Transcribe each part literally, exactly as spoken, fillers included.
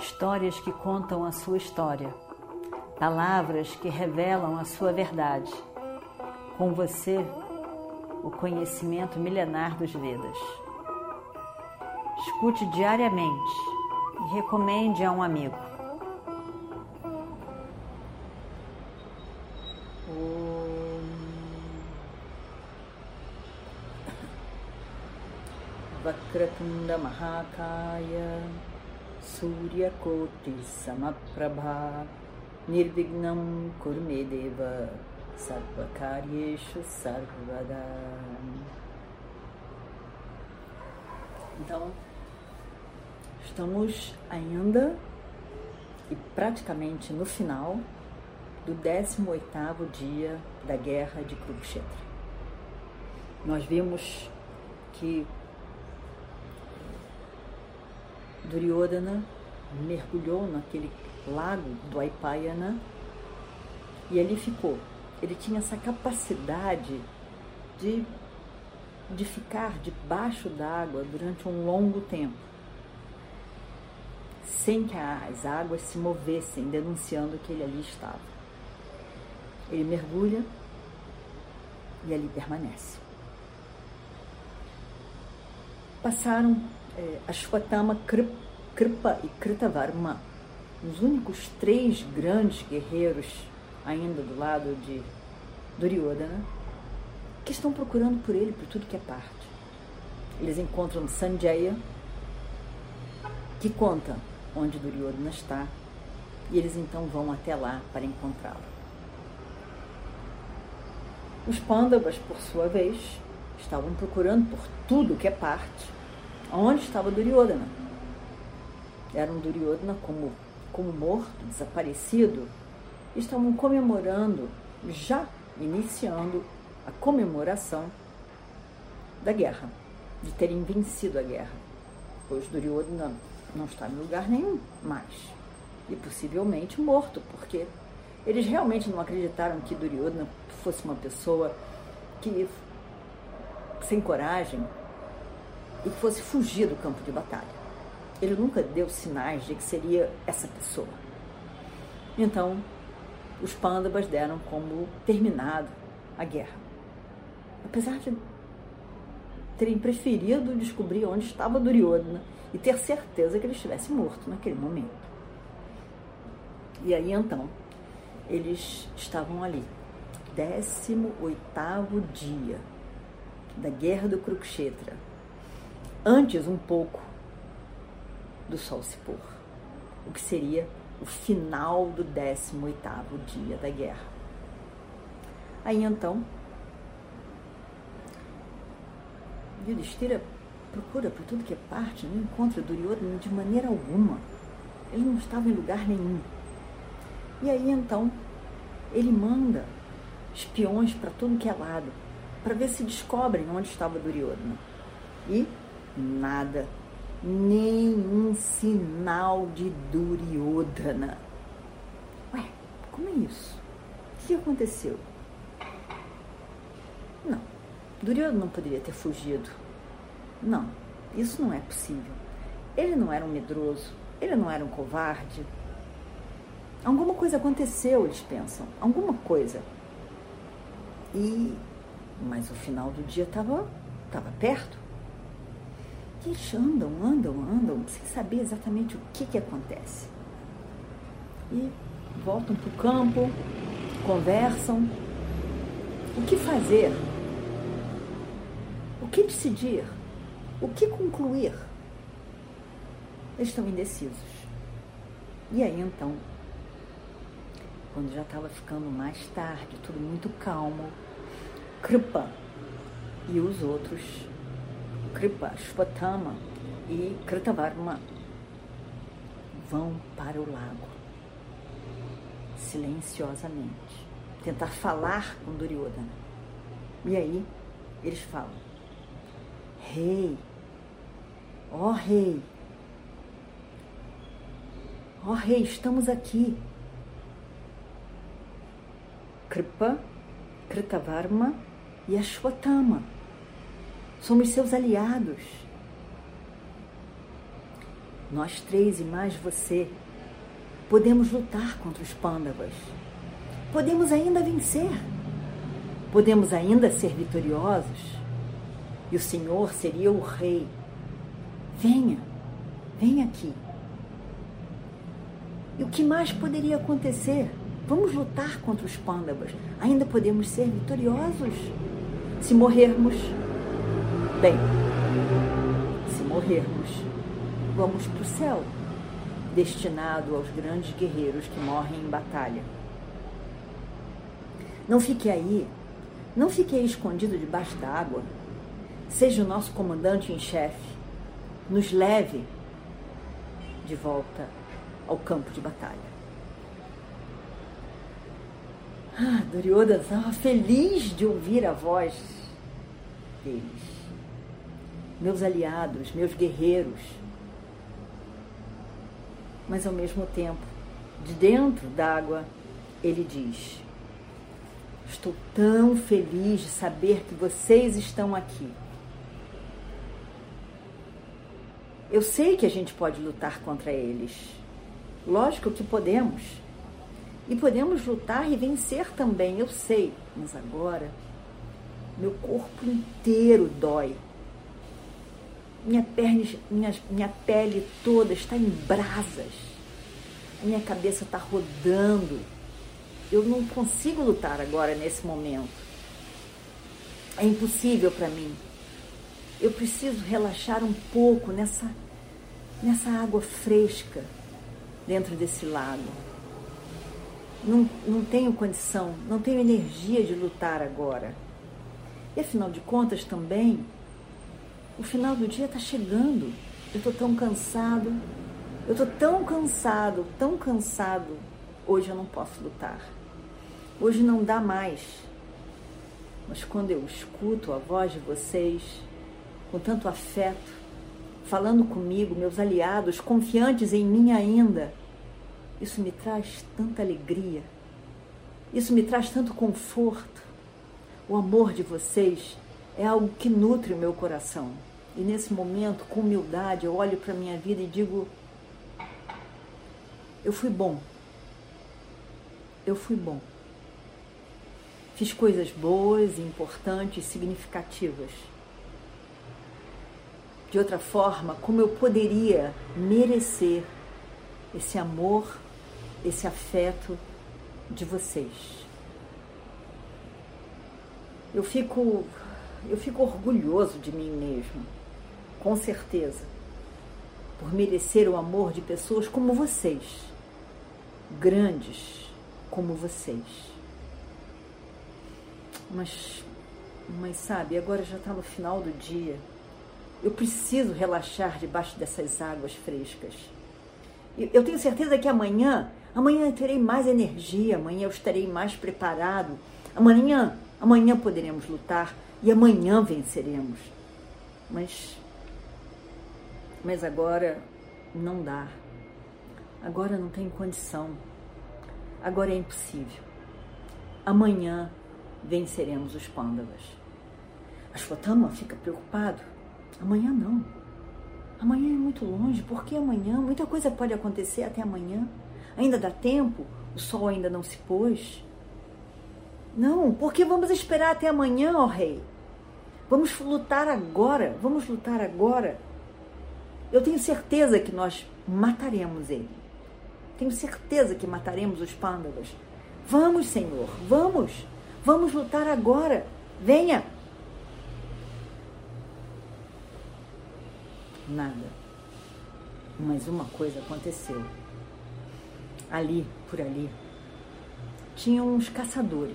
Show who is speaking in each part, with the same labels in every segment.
Speaker 1: histórias que contam a sua história, palavras que revelam a sua verdade. Com você, o conhecimento milenar dos Vedas. Escute diariamente e recomende a um amigo. Vakratunda Mahakaya Surya Koti Samaprabha Nirvignam Kurmedeva Sarvakaryeshu Sarvada. Então, estamos ainda e praticamente no final do décimo oitavo dia da guerra de Kurukshetra. Nós vimos que Duryodhana mergulhou naquele lago do Aipayana e ali ficou. Ele tinha essa capacidade de, de ficar debaixo d'água durante um longo tempo, sem que as águas se movessem, denunciando que ele ali estava. Ele mergulha e ali permanece. Passaram é, Ashwatthama, Kripa e Kritavarma, os únicos três grandes guerreiros ainda do lado de Duryodhana, que estão procurando por ele por tudo que é parte. Eles encontram Sanjaya, que conta onde Duryodhana está, e eles então vão até lá para encontrá-lo. Os Pandavas, por sua vez, estavam procurando por tudo que é parte onde estava Duryodhana. Era um Duryodhana como, como morto, desaparecido. Estavam comemorando, já iniciando a comemoração da guerra, de terem vencido a guerra, pois Duryodhana não está em lugar nenhum mais, e possivelmente morto, porque eles realmente não acreditaram que Duryodhana fosse uma pessoa que, sem coragem, e fosse fugir do campo de batalha. Ele nunca deu sinais de que seria essa pessoa. Então, os Pandavas deram como terminado a guerra, apesar de terem preferido descobrir onde estava Duryodhana e ter certeza que ele estivesse morto naquele momento. E aí então eles estavam ali, décimo oitavo dia da guerra do Kurukshetra, antes um pouco do sol se pôr, o que seria o final do décimo oitavo dia da guerra. Aí então, Yudhishthira procura por tudo que é parte, não encontra Duryodhana de maneira alguma. Ele não estava em lugar nenhum. E aí então, ele manda espiões para tudo que é lado, para ver se descobrem onde estava Duryodhana. E nada. Nenhum sinal de Duryodhana. Ué, como é isso? O que aconteceu? Não, Duryodhana não poderia ter fugido. Não, isso não é possível. Ele não era um medroso, ele não era um covarde. Alguma coisa aconteceu, eles pensam, alguma coisa. E, mas o final do dia estava estava perto. E eles andam, andam, andam, sem saber exatamente o que, que acontece. E voltam para o campo, conversam. O que fazer? O que decidir? O que concluir? Eles estão indecisos. E aí, então, quando já estava ficando mais tarde, tudo muito calmo, Kripa e os outros, Kripa, Ashwatthama e Kritavarma, vão para o lago, silenciosamente, tentar falar com Duryodhana. E aí, eles falam: Rei, ó rei, ó rei, estamos aqui. Kripa, Kritavarma e Ashwatthama somos seus aliados. nós três e mais você, podemos lutar contra os Pândavas. Podemos ainda vencer. Podemos ainda ser vitoriosos. E o Senhor seria o rei. Venha, venha aqui. E o que mais poderia acontecer? Vamos lutar contra os Pândavas. Ainda podemos ser vitoriosos. Se morrermos, bem, se morrermos, vamos para o céu, destinado aos grandes guerreiros que morrem em batalha. Não fique aí, não fique aí escondido debaixo d'água. Seja o nosso comandante em chefe. Nos leve de volta ao campo de batalha. Ah, Duryodhana estava feliz de ouvir a voz deles. Meus aliados, meus guerreiros. Mas ao mesmo tempo, de dentro d'água, ele diz: estou tão feliz de saber que vocês estão aqui. Eu sei que a gente pode lutar contra eles. Lógico que podemos. E podemos lutar e vencer também, eu sei. Mas agora, meu corpo inteiro dói. Minha, perna, minha, minha pele toda está em brasas. Minha cabeça está rodando. Eu não consigo lutar agora, nesse momento. É impossível para mim. Eu preciso relaxar um pouco nessa, nessa água fresca dentro desse lago. Não, não tenho condição, não tenho energia de lutar agora. E afinal de contas também, o final do dia está chegando. Eu estou tão cansado, eu estou tão cansado, tão cansado. Hoje eu não posso lutar. Hoje não dá mais. Mas quando eu escuto a voz de vocês, com tanto afeto, falando comigo, meus aliados, confiantes em mim ainda, isso me traz tanta alegria, isso me traz tanto conforto. O amor de vocês é algo que nutre o meu coração. E nesse momento, com humildade, eu olho para a minha vida e digo: eu fui bom, eu fui bom. Fiz coisas boas, importantes, significativas. De outra forma, como eu poderia merecer esse amor, esse afeto de vocês? Eu fico, eu fico orgulhoso de mim mesmo, com certeza, por merecer o amor de pessoas como vocês, grandes como vocês. Mas, mas sabe, agora já está no final do dia. Eu preciso relaxar debaixo dessas águas frescas. Eu tenho certeza que amanhã, amanhã eu terei mais energia, amanhã eu estarei mais preparado. Amanhã, amanhã poderemos lutar e amanhã venceremos. Mas, mas agora não dá. Agora não tem condição. Agora é impossível. Amanhã venceremos os Pândavas. Ashwatthama fica preocupado. Amanhã não. Amanhã é muito longe. Por que amanhã? Muita coisa pode acontecer até amanhã. Ainda dá tempo? O sol ainda não se pôs? Não, porque vamos esperar até amanhã, ó rei. Vamos lutar agora. Vamos lutar agora. Eu tenho certeza que nós mataremos ele. Tenho certeza que mataremos os Pândavas. Vamos, Senhor, vamos. Vamos lutar agora. Venha. Nada. Mas uma coisa aconteceu. Ali, por ali, tinham uns caçadores.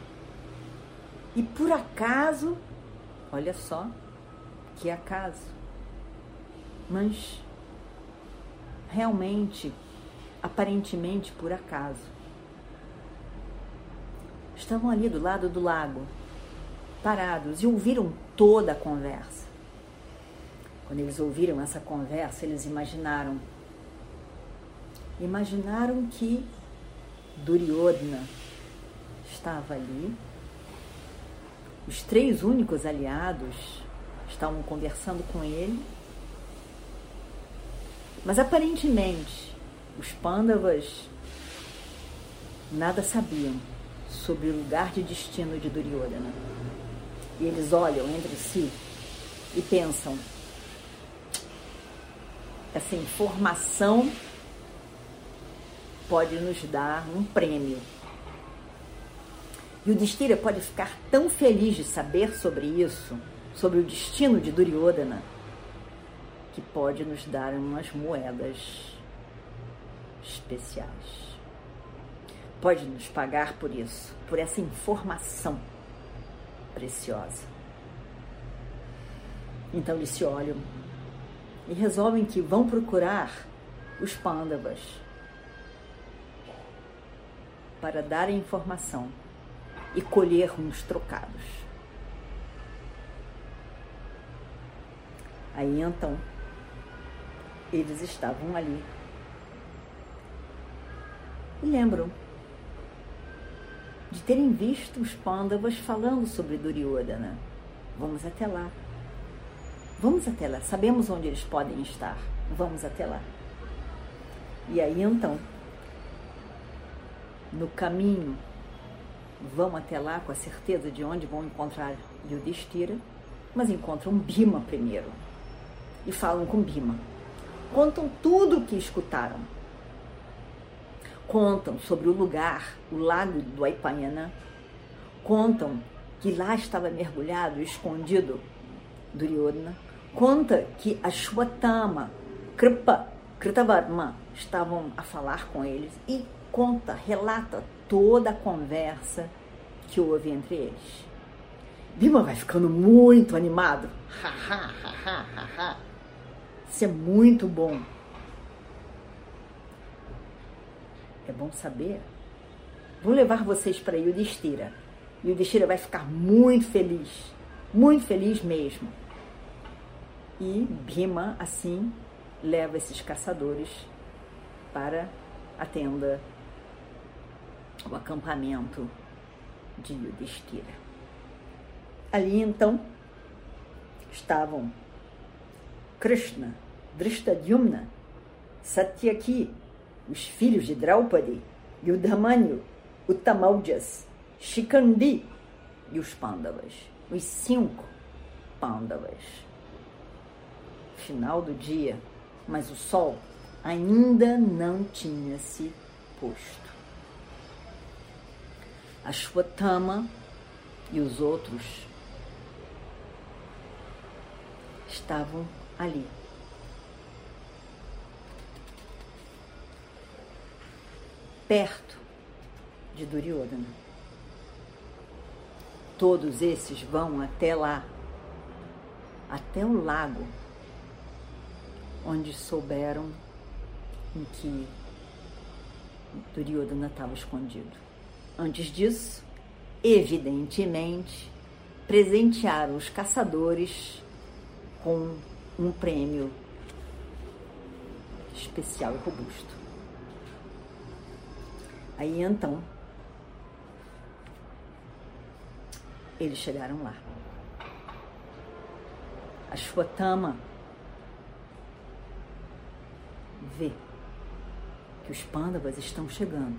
Speaker 1: E por acaso, olha só, que acaso, mas realmente, aparentemente por acaso, estavam ali do lado do lago, parados, e ouviram toda a conversa. Quando eles ouviram essa conversa, eles imaginaram, imaginaram que Duryodhana estava ali, os três únicos aliados estavam conversando com ele, Mas aparentemente os Pandavas nada sabiam sobre o lugar de destino de Duryodhana. E eles olham entre si e pensam: essa informação pode nos dar um prêmio. E o Yudhishthira pode ficar tão feliz de saber sobre isso, sobre o destino de Duryodhana, que pode nos dar umas moedas especiais. Pode nos pagar por isso, por essa informação preciosa. Então eles se olham e resolvem que vão procurar os Pandavas para dar a informação e colher uns trocados. Aí então eles estavam ali e lembram de terem visto os Pandavas falando sobre Duryodhana. Vamos até lá. Vamos até lá. Sabemos onde eles podem estar. Vamos até lá. E aí então, no caminho, vão até lá com a certeza de onde vão encontrar Yudhishthira, mas encontram Bhima primeiro. E falam com Bhima. Contam tudo o que escutaram. Contam sobre o lugar, o lago do Aipayana. Contam que lá estava mergulhado, escondido, Duryodhana. Conta que Ashwatthama, Kripa, Kritavarma estavam a falar com eles. E conta, relata toda a conversa que houve entre eles. Bhima vai ficando muito animado. Ha, ha, ha, ha, ha, ha. Isso é muito bom. É bom saber. Vou levar vocês para Yudhishthira. Yudhishthira vai ficar muito feliz. Muito feliz mesmo. E Bhima, assim, leva esses caçadores para a tenda, o acampamento de Yudhishthira. Ali, então, estavam Krishna, Drishtadyumna, Satyaki, os filhos de Draupadi, Yudhamanyu, Uttamaujas, Shikandi e os Pandavas, os cinco Pandavas. Final do dia, mas o sol ainda não tinha se posto. Ashwatthama e os outros estavam ali. Perto de Duryodhana. Todos esses vão até lá, até o lago, onde souberam em que Duryodhana estava escondido. Antes disso, evidentemente, presentearam os caçadores com um prêmio especial e robusto. Aí então, eles chegaram lá. Ashwatthama vê que os Pandavas estão chegando.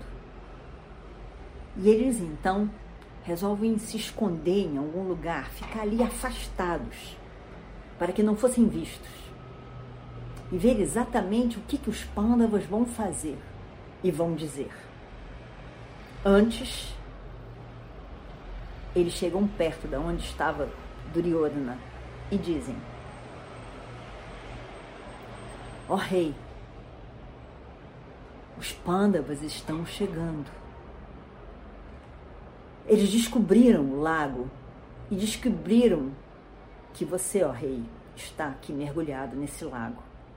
Speaker 1: E eles então resolvem se esconder em algum lugar, ficar ali afastados, para que não fossem vistos. E ver exatamente o que, que os Pandavas vão fazer e vão dizer. Antes, eles chegam perto de onde estava Duryodhana e dizem: ó rei, os Pandavas estão chegando. Eles descobriram o lago e descobriram que você, ó rei, está aqui mergulhado nesse lago.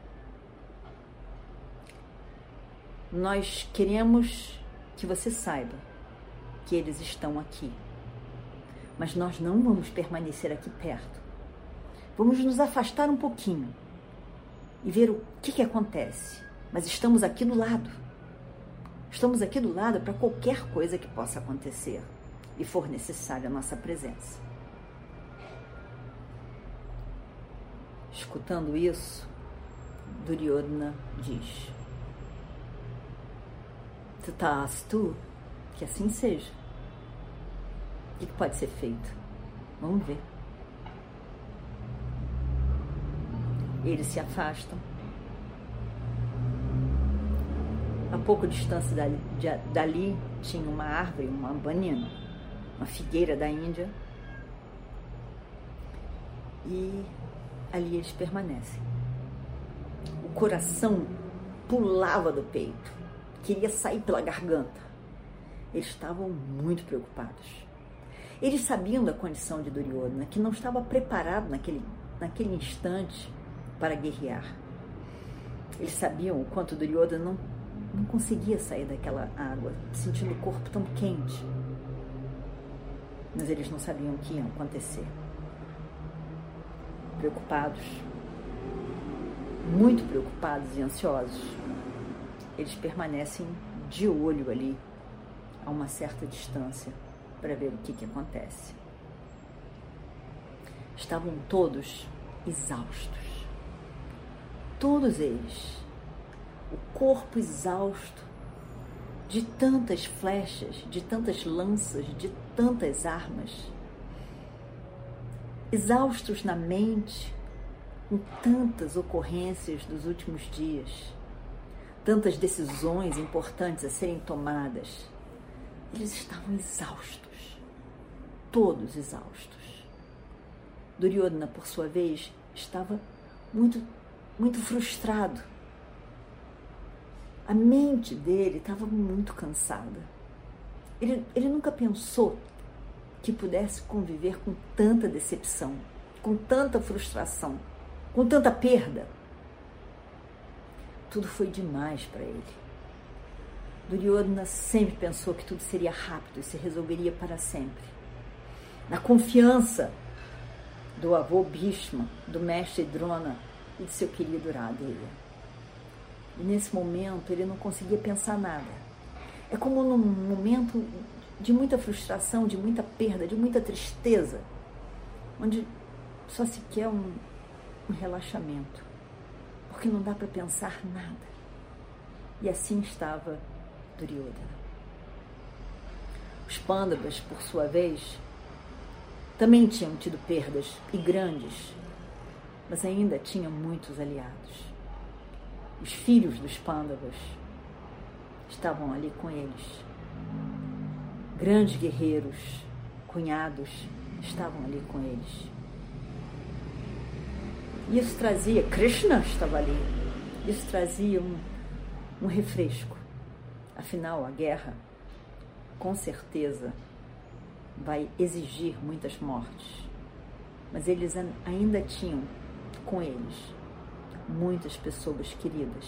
Speaker 1: Nós queremos que você saiba que eles estão aqui. Mas nós não vamos permanecer aqui perto. Vamos nos afastar um pouquinho e ver o que, que acontece. Mas estamos aqui do lado. Estamos aqui do lado para qualquer coisa que possa acontecer e for necessária a nossa presença. Escutando isso, Duryodhana diz: Tatastu, que assim seja. O que pode ser feito? Vamos ver. Eles se afastam. A pouca distância dali, dali tinha uma árvore, uma banana, uma figueira da Índia. E ali eles permanecem. O coração pulava do peito, queria sair pela garganta. Eles estavam muito preocupados. Eles sabiam da condição de Duryodhana, que não estava preparado naquele, naquele instante para guerrear. Eles sabiam o quanto Duryodhana não, não conseguia sair daquela água, sentindo o corpo tão quente. Mas eles não sabiam o que ia acontecer. Preocupados, muito preocupados e ansiosos, eles permanecem de olho ali, a uma certa distância, para ver o que, que acontece. Estavam todos exaustos. Todos eles. O corpo exausto de tantas flechas, de tantas lanças, de tantas armas. Exaustos na mente, com tantas ocorrências dos últimos dias, tantas decisões importantes a serem tomadas. Eles estavam exaustos, todos exaustos. Duryodhana, por sua vez, estava muito, muito frustrado. A mente dele estava muito cansada. Ele, ele nunca pensou que pudesse conviver com tanta decepção, com tanta frustração, com tanta perda. Tudo foi demais para ele. Duryodhana sempre pensou que tudo seria rápido e se resolveria para sempre. Na confiança do avô Bhishma, do mestre Drona e de seu querido Radheya. E nesse momento ele não conseguia pensar nada. É como num momento de muita frustração, de muita perda, de muita tristeza, onde só se quer um, um relaxamento, porque não dá para pensar nada. E assim estava Duryodhana. Os Pandavas, por sua vez, também tinham tido perdas, e grandes, mas ainda tinham muitos aliados. Os filhos dos Pandavas estavam ali com eles. Grandes guerreiros, cunhados, estavam ali com eles. Isso trazia, Krishna estava ali, isso trazia um, um refresco. Afinal, a guerra, com certeza, vai exigir muitas mortes. Mas eles ainda tinham com eles muitas pessoas queridas.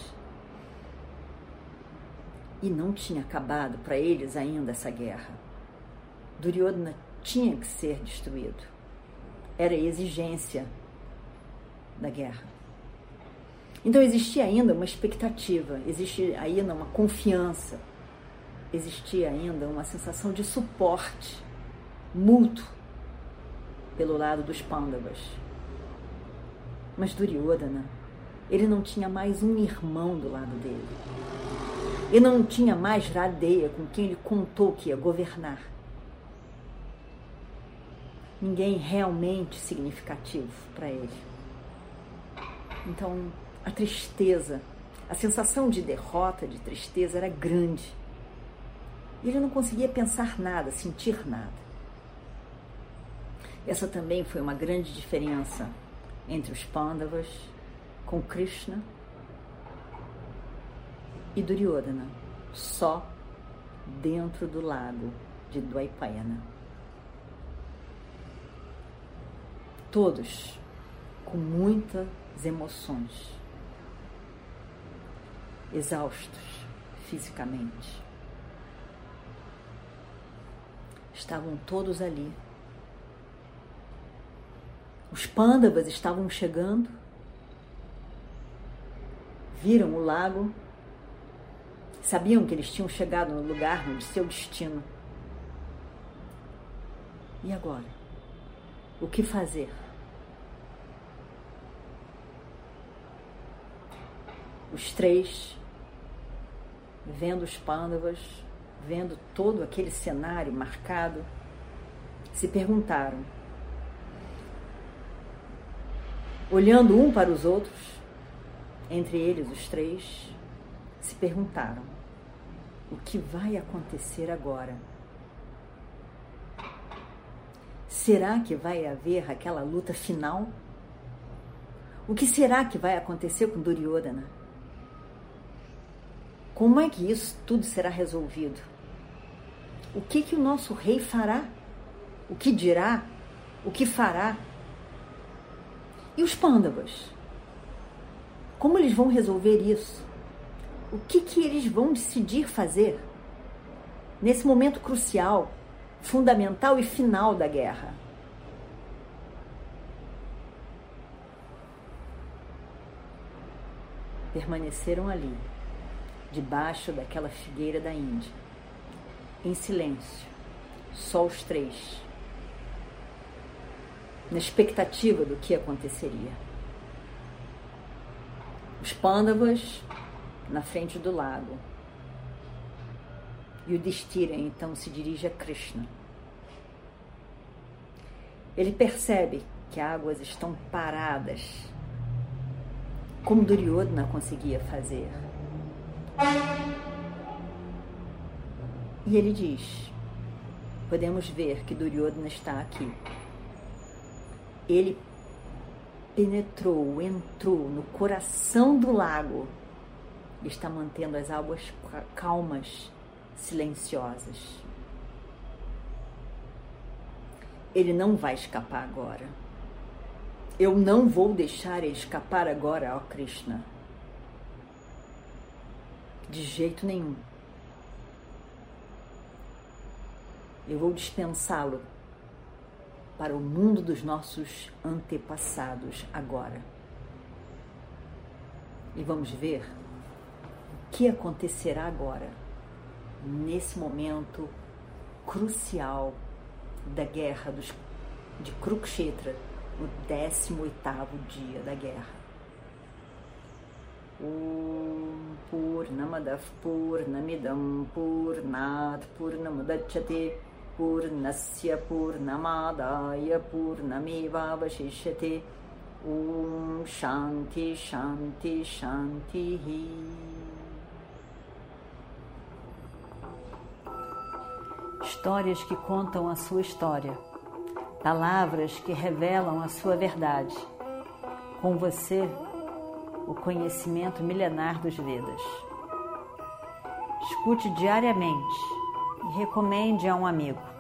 Speaker 1: E não tinha acabado para eles ainda essa guerra. Duryodhana tinha que ser destruído. Era a exigência da guerra. Então existia ainda uma expectativa, existia ainda uma confiança, existia ainda uma sensação de suporte mútuo pelo lado dos Pandavas. Mas Duryodhana, ele não tinha mais um irmão do lado dele. Ele não tinha mais Radheya com quem ele contou que ia governar. Ninguém realmente significativo para ele. Então, a tristeza, a sensação de derrota, de tristeza era grande. Ele não conseguia pensar nada, sentir nada. Essa também foi uma grande diferença entre os Pandavas, com Krishna e Duryodhana, só dentro do lago de Dwaipayana. Todos com muitas emoções, exaustos fisicamente. Estavam todos ali. Os Pandavas estavam chegando, viram o lago, sabiam que eles tinham chegado no lugar de seu destino. E agora? O que fazer? Os três, vendo os Pândavas, vendo todo aquele cenário marcado, se perguntaram, olhando um para os outros, entre eles os três, se perguntaram, o que vai acontecer agora? Será que vai haver aquela luta final? O que será que vai acontecer com Duryodhana? Como é que isso tudo será resolvido? O que que o nosso rei fará? O que dirá? O que fará? E os Pândavas? Como eles vão resolver isso? O que que eles vão decidir fazer nesse momento crucial, fundamental e final da guerra? Permaneceram ali, debaixo daquela figueira da Índia, em silêncio, só os três, na expectativa do que aconteceria. Os Pândavas na frente do lago. E o Yudhishthira então se dirige a Krishna. Ele percebe que águas estão paradas, como Duryodhana conseguia fazer. E ele diz, podemos ver que Duryodhana está aqui. Ele penetrou, entrou no coração do lago e está mantendo as águas calmas, silenciosas. Ele não vai escapar agora. Eu não vou deixar ele escapar agora, ó Krishna. De jeito nenhum. Eu vou dispensá-lo para o mundo dos nossos antepassados agora. E vamos ver o que acontecerá agora, nesse momento crucial da guerra dos, de Kurukshetra, no décimo oitavo dia da guerra. Om Purnamadav Purnamidam Purnat Purnamudachyate Purnasya Purnamadaya Purnamevavashishyate. Om Shanti Shanti Shanti. Histórias que contam a sua história, palavras que revelam a sua verdade. Com você, o conhecimento milenar dos Vedas. Escute diariamente e recomende a um amigo.